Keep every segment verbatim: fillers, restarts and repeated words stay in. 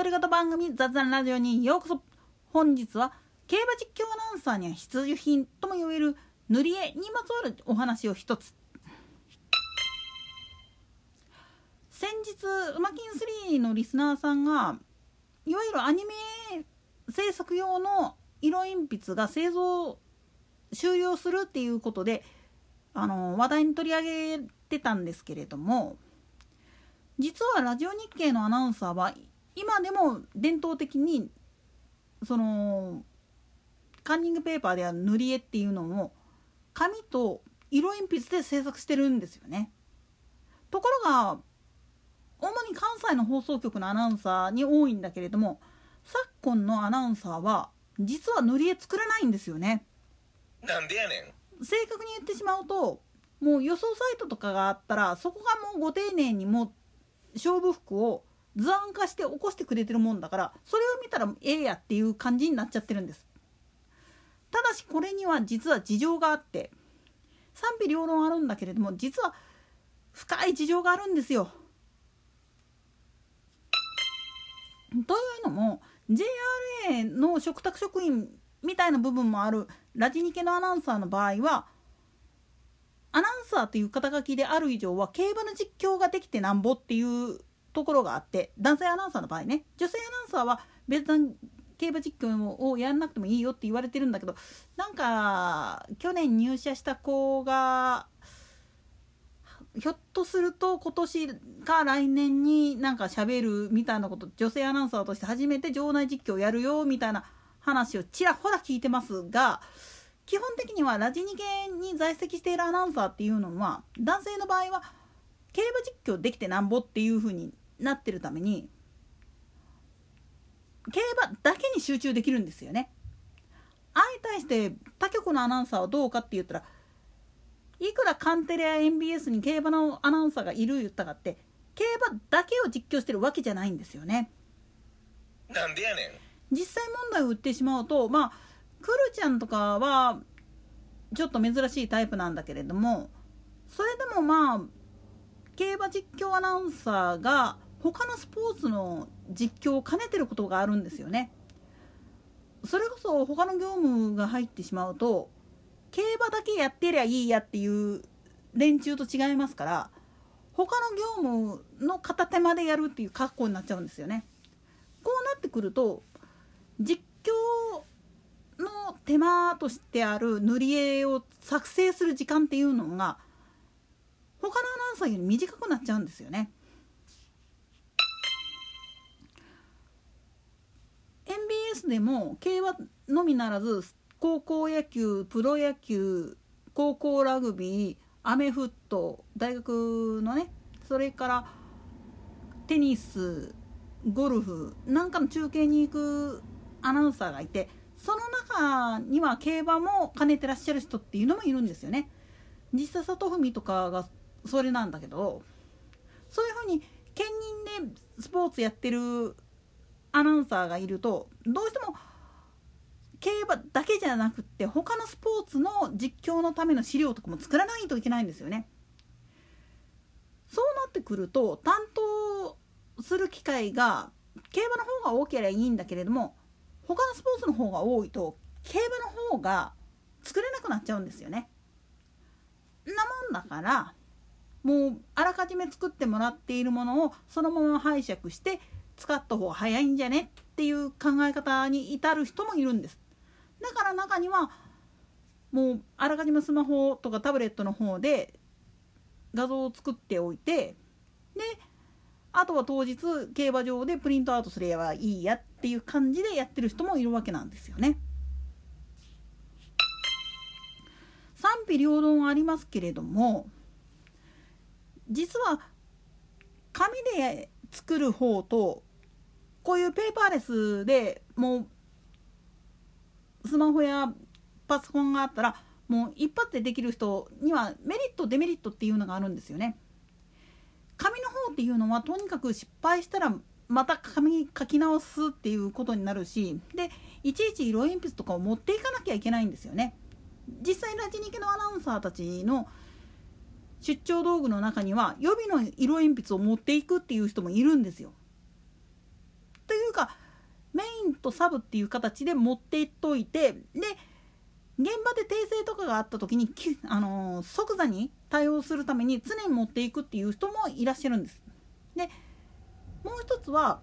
り言番組雑談ラジオにようこそ。本日は競馬実況アナウンサーには必需品とも呼べる塗り絵にまつわるお話を一つ。先日ウマキンスリーのリスナーさんがいわゆるアニメ制作用の色鉛筆が製造終了するっていうことであの話題に取り上げてたんですけれども、実はラジオ日経のアナウンサーは今でも伝統的にそのカンニングペーパーである塗り絵っていうのを紙と色鉛筆で制作してるんですよね。ところが主に関西の放送局のアナウンサーに多いんだけれども、昨今のアナウンサーは実は塗り絵作らないんですよね。 なんでやねん。正確に言ってしまうと、もう予想サイトとかがあったらそこがもうご丁寧にも勝負服を図案化して起こしてくれてるもんだから、それを見たらええやっていう感じになっちゃってるんです。ただしこれには実は事情があって、賛否両論あるんだけれども、実は深い事情があるんですよ。というのも ジェイアールエー の嘱託職員みたいな部分もあるラジニケのアナウンサーの場合は、アナウンサーという肩書きである以上は競馬の実況ができてなんぼっていうところがあって、男性アナウンサーの場合ね、女性アナウンサーは別段競馬実況をやらなくてもいいよって言われてるんだけど、なんか去年入社した子がひょっとすると今年か来年になんか喋るみたいなこと、女性アナウンサーとして初めて場内実況をやるよみたいな話をちらほら聞いてますが、基本的にはラジニケに在籍しているアナウンサーっていうのは男性の場合は競馬実況できてなんぼっていう風になってるために、競馬だけに集中できるんですよね。相対して他局のアナウンサーはどうかって言ったら、いくらカンテレや エムビーエス に競馬のアナウンサーがいる言ったかって、競馬だけを実況してるわけじゃないんですよね。 なんでやねん。実際問題を言ってしまうと、まあクルちゃんとかはちょっと珍しいタイプなんだけれども、それでもまあ競馬実況アナウンサーが他のスポーツの実況を兼ねてることがあるんですよね。それこそ他の業務が入ってしまうと、競馬だけやってりゃいいやっていう連中と違いますから、他の業務の片手間でやるっていう格好になっちゃうんですよね。こうなってくると、実況の手間としてある塗り絵を作成する時間っていうのが他のアナウンサーより短くなっちゃうんですよね。 エムビーエス でも競馬のみならず高校野球、プロ野球、高校ラグビー、アメフト、大学のね、それからテニス、ゴルフなんかの中継に行くアナウンサーがいて、その中には競馬も兼ねてらっしゃる人っていうのもいるんですよね。実際里文とかがそれなんだけど、そういうふうに兼任でスポーツやってるアナウンサーがいると、どうしても競馬だけじゃなくって他のスポーツの実況のための資料とかも作らないといけないんですよね。そうなってくると担当する機会が競馬の方が多ければいいんだけれども、他のスポーツの方が多いと競馬の方が作れなくなっちゃうんですよね。なもんだからもうあらかじめ作ってもらっているものをそのまま拝借して使った方が早いんじゃねっていう考え方に至る人もいるんです。だから中にはもうあらかじめスマホとかタブレットの方で画像を作っておいて、であとは当日競馬場でプリントアウトすればいいやっていう感じでやってる人もいるわけなんですよね。賛否両論ありますけれども、実は紙で作る方とこういうペーパーレスでもうスマホやパソコンがあったらもう一発でできる人にはメリットデメリットっていうのがあるんですよね。紙の方っていうのはとにかく失敗したらまた紙書き直すっていうことになるし、でいちいち色鉛筆とかを持っていかなきゃいけないんですよね。実際ラジニケのアナウンサーたちの出張道具の中には予備の色鉛筆を持っていくっていう人もいるんですよ。というかとサブっていう形で持っていっといて、で現場で訂正とかがあった時に、あのー、即座に対応するために常に持っていくっていう人もいらっしゃるんです。でもう一つは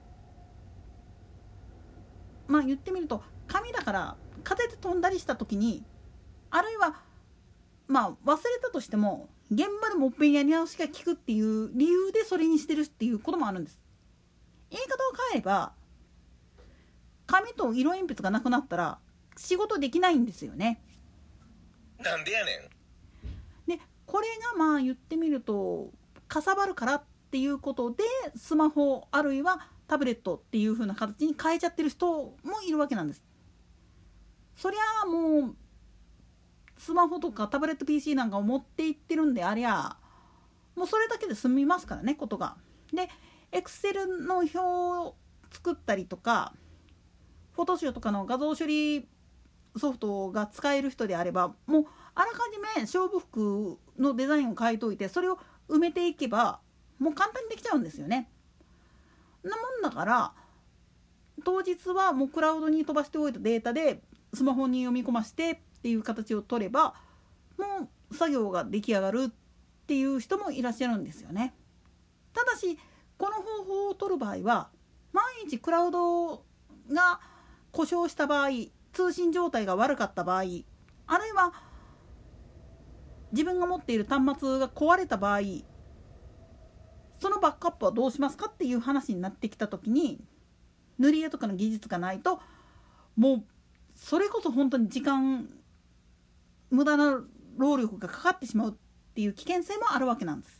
まあ言ってみると、紙だから風で飛んだりした時に、あるいはまあ忘れたとしても現場でもっぺんやり直しが効くっていう理由でそれにしてるっていうこともあるんです。言い方を変えれば、紙と色鉛筆がなくなったら仕事できないんですよね。 なんでやねん。でこれがまあ言ってみるとかさばるからっていうことで、スマホあるいはタブレットっていう風な形に変えちゃってる人もいるわけなんです。そりゃもうスマホとかタブレット ピーシー なんかを持っていってるんでありゃ、もうそれだけで済みますからね、ことが。で Excel の表を作ったりとか、フォトショーとかの画像処理ソフトが使える人であれば、もうあらかじめ勝負服のデザインを変えといて、それを埋めていけばもう簡単にできちゃうんですよね。なもんだから当日はもうクラウドに飛ばしておいたデータでスマホに読み込ましてっていう形を取れば、もう作業が出来上がるっていう人もいらっしゃるんですよね。ただしこの方法を取る場合は、毎日クラウドが故障した場合、通信状態が悪かった場合、あるいは自分が持っている端末が壊れた場合、そのバックアップはどうしますかっていう話になってきた時に、塗り絵とかの技術がないと、もうそれこそ本当に時間、無駄な労力がかかってしまうっていう危険性もあるわけなんです。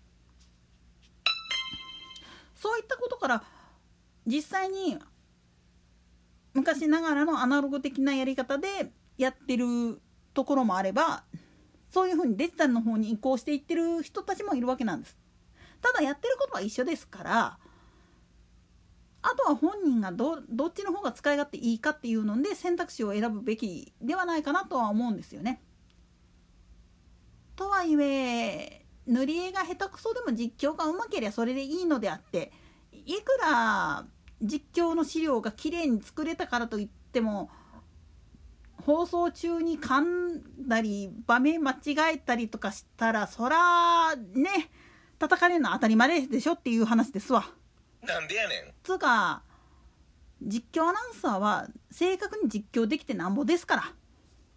そういったことから、実際に昔ながらのアナログ的なやり方でやってるところもあれば、そういうふうにデジタルの方に移行していってる人たちもいるわけなんです。ただやってることは一緒ですから、あとは本人が ど, どっちの方が使い勝手いいかっていうので選択肢を選ぶべきではないかなとは思うんですよね。とはいえ塗り絵が下手くそでも実況がうまければそれでいいのであって、いくら実況の資料がきれいに作れたからといっても、放送中に噛んだり場面間違えたりとかしたら、そらね叩かれるのは当たり前でしょっていう話ですわ。 なんでやねん。 つうか実況アナウンサーは正確に実況できてなんぼですから。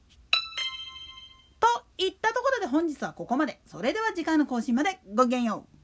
といったところで本日はここまで。それでは次回の更新までごきげんよう。